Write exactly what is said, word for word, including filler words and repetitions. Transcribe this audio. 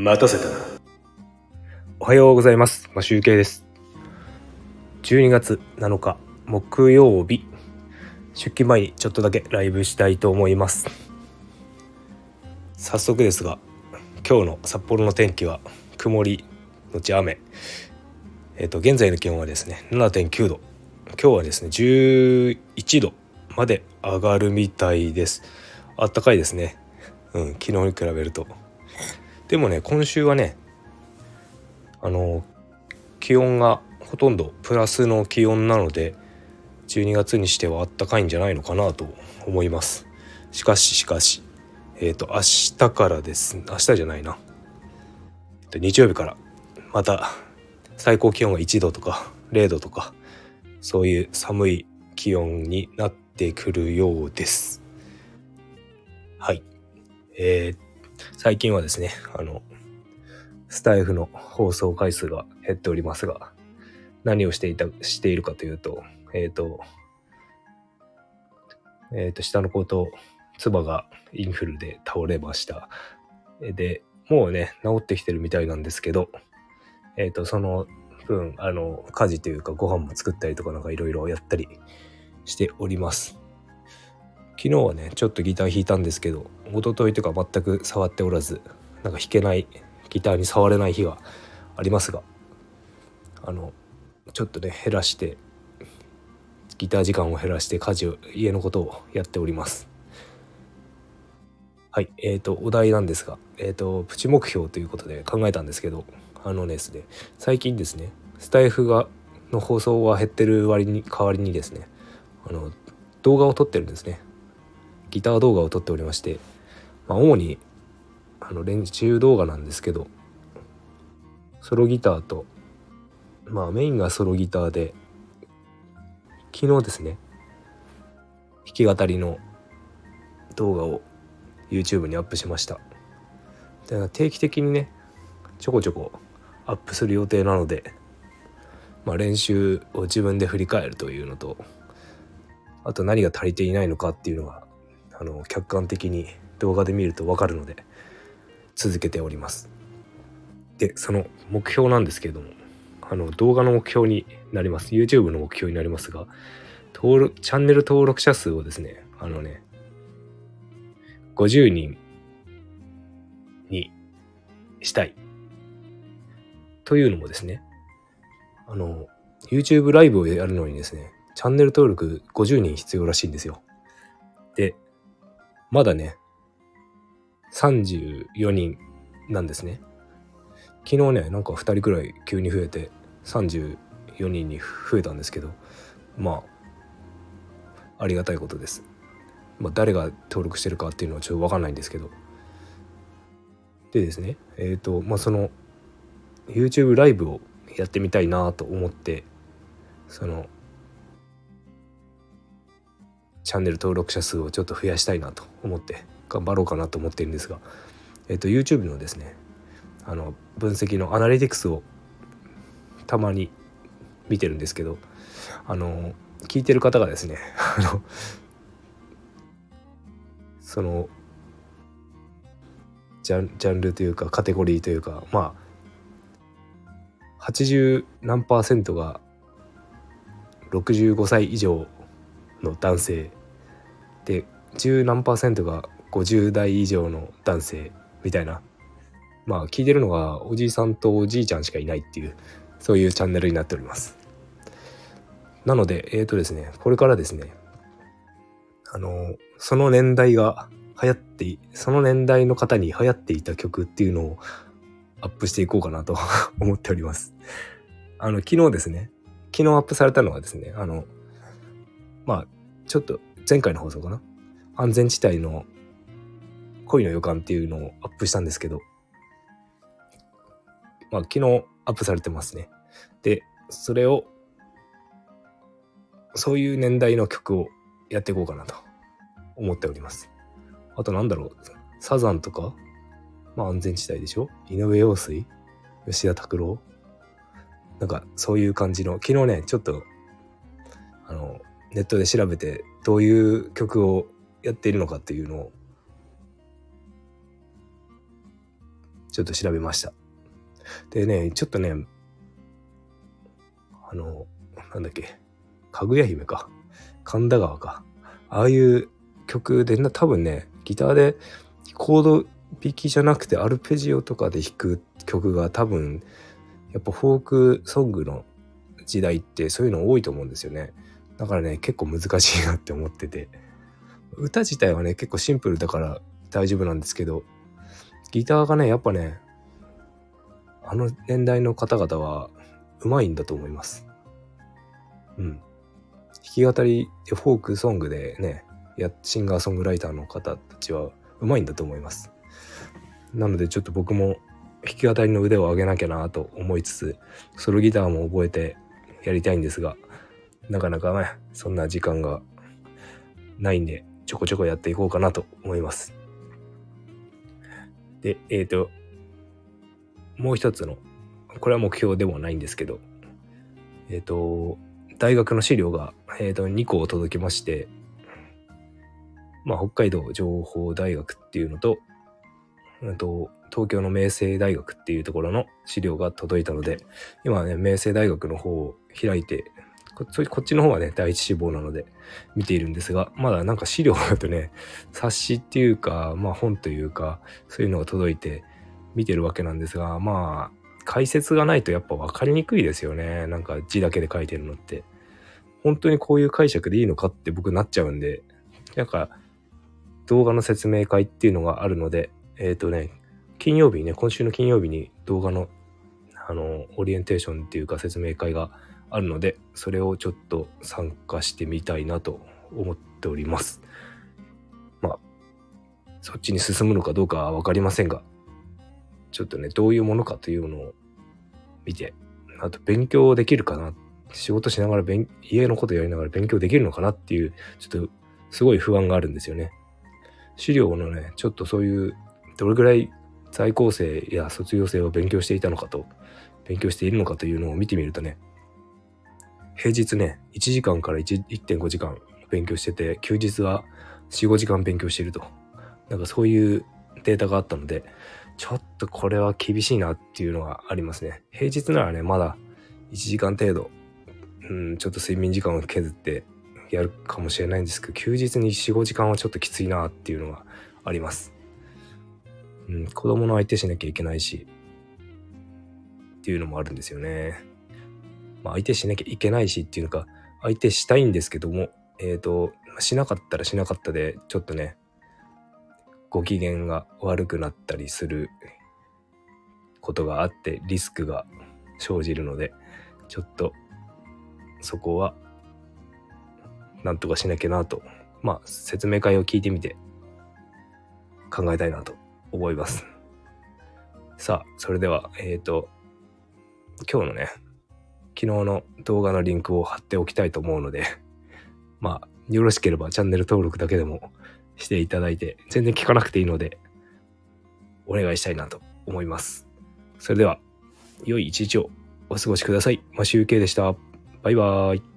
待たせたな。おはようございます。まあ、集計です。じゅうにがつなのか木曜日、出勤前にちょっとだけライブしたいと思います。早速ですが、今日の札幌の天気は曇りのち雨。えっと現在の気温はですね ななてんきゅうど。今日はですねじゅういちどまで上がるみたいです。あったかいですね。うん、昨日に比べると。でもね、今週はね、あの気温がほとんどプラスの気温なので、じゅうにがつにしてはあったかいんじゃないのかなと思います。しかししかしえっと明日からです明日じゃないな日曜日からまた最高気温がいちどとかれいどとか、そういう寒い気温になってくるようです。はい、えー、最近はですね、あのスタイフの放送回数が減っておりますが、何をしていたしているかというと、えっ、ー、とえっ、ー、と下の子と妻がインフルで倒れました。で、もうね治ってきてるみたいなんですけど、えっ、ー、とその分あの家事というかご飯も作ったりとかなんかいろいろやったりしております。昨日はねちょっとギター弾いたんですけど、一昨日とか全く触っておらず、なんか弾けないギターに触れない日がありますが、あのちょっとね減らしてギター時間を減らして家事を家のことをやっております。はい、えーとお題なんですが、えーとプチ目標ということで考えたんですけど、あのですね最近ですねスタイフがの放送は減ってる割に代わりにですね、あの動画を撮ってるんですね。ギター動画を撮っておりまして、まあ、主にあの練習動画なんですけど、ソロギターと、まあメインがソロギターで、昨日ですね弾き語りの動画を YouTube にアップしました。で、定期的にねちょこちょこアップする予定なので、まあ、練習を自分で振り返るというのと、あと何が足りていないのかっていうのがあの客観的に動画で見ると分かるので続けております。で、その目標なんですけれども、あの動画の目標になります。 YouTube の目標になりますが、登録チャンネル登録者数をですねあのねごじゅうにんにしたいというのもですね、あの YouTube ライブをやるのにですねチャンネル登録ごじゅうにん必要らしいんですよ。で、まだねさんじゅうよにんなんですね。昨日ねなんかふたりくらい急に増えてさんじゅうよにんに増えたんですけど、まあありがたいことです。まあ、誰が登録してるかっていうのはちょっと分かんないんですけど、でですねえっとまあその YouTube ライブをやってみたいなと思って、そのチャンネル登録者数をちょっと増やしたいなと思って頑張ろうかなと思ってるんですが、えっと YouTube のですねあの分析のアナリティクスをたまに見てるんですけど、あの聞いてる方がですねあのそのジャン、ジャンルというかカテゴリーというか、まあはちじゅう何パーセントがろくじゅうごさい以上の男性で、じゅう何パーセントがごじゅう代以上の男性みたいな、まあ聞いてるのがおじいさんとおじいちゃんしかいないっていう、そういうチャンネルになっております。なのでえーとですねこれからですねあのその年代が流行ってその年代の方に流行っていた曲っていうのをアップしていこうかなと思っております。あの昨日ですね昨日アップされたのはですね、あのまあちょっと前回の放送かな、安全地帯の恋の予感っていうのをアップしたんですけど、まあ昨日アップされてますね。で、それをそういう年代の曲をやっていこうかなと思っております。あとなんだろう、サザンとか、まあ安全地帯でしょ、井上陽水、吉田拓郎、なんかそういう感じの、昨日ねちょっとあのネットで調べてどういう曲をやっているのかっていうのをちょっと調べました。でね、ちょっとね、あの、なんだっけ、かぐや姫か、神田川か、ああいう曲でな、多分ね、ギターでコード弾きじゃなくてアルペジオとかで弾く曲が多分、やっぱフォークソングの時代ってそういうの多いと思うんですよね。だからね、結構難しいなって思ってて、歌自体はね、結構シンプルだから大丈夫なんですけど、ギターがね、やっぱね、あの年代の方々は上手いんだと思います。うん。弾き語りでフォークソングでね、やシンガーソングライターの方たちは上手いんだと思います。なのでちょっと僕も弾き語りの腕を上げなきゃなと思いつつ、ソロギターも覚えてやりたいんですが、なかなかね、そんな時間がないんで、ちょこちょこやっていこうかなと思います。で、えっと、もう一つの、これは目標でもないんですけど、えっと、大学の資料が、えっと、にこ届きまして、まあ、北海道情報大学っていうのと、と東京の明星大学っていうところの資料が届いたので、今はね、明星大学の方を開いて、こ, こっちの方はね、第一志望なので見ているんですが、まだなんか資料だとね、冊子っていうか、まあ本というか、そういうのが届いて見てるわけなんですが、まあ、解説がないとやっぱ分かりにくいですよね。なんか字だけで書いてるのって。本当にこういう解釈でいいのかって僕なっちゃうんで、なんか動画の説明会っていうのがあるので、えっとね、金曜日ね、今週の金曜日に動画の、あの、オリエンテーションっていうか説明会があるので、それをちょっと参加してみたいなと思っております。まあ、そっちに進むのかどうかはわかりませんが、ちょっとね、どういうものかというのを見て、あと勉強できるかな、仕事しながら勉、家のことやりながら勉強できるのかなっていう、ちょっとすごい不安があるんですよね。資料のね、ちょっとそういう、どれぐらい在校生や卒業生を勉強していたのかと、勉強しているのかというのを見てみるとね、平日ね、いちじかんから いってんごじかん勉強してて、休日はよん、ごじかん勉強していると。なんかそういうデータがあったので、ちょっとこれは厳しいなっていうのがありますね。平日ならね、まだいちじかん程度、うん、ちょっと睡眠時間を削ってやるかもしれないんですけど、休日によん、ごじかんはちょっときついなっていうのがあります。うん、子供の相手しなきゃいけないしっていうのもあるんですよね。まあ、相手しなきゃいけないしっていうのか、相手したいんですけども、えっと、しなかったらしなかったで、ちょっとね、ご機嫌が悪くなったりすることがあって、リスクが生じるので、ちょっとそこはなんとかしなきゃなと、まあ説明会を聞いてみて考えたいなと思います。さあ、それではえっと今日のね、昨日の動画のリンクを貼っておきたいと思うので、まあよろしければチャンネル登録だけでもしていただいて、全然聞かなくていいのでお願いしたいなと思います。それでは良い一日をお過ごしください。マシュウケイでした。バイバーイ。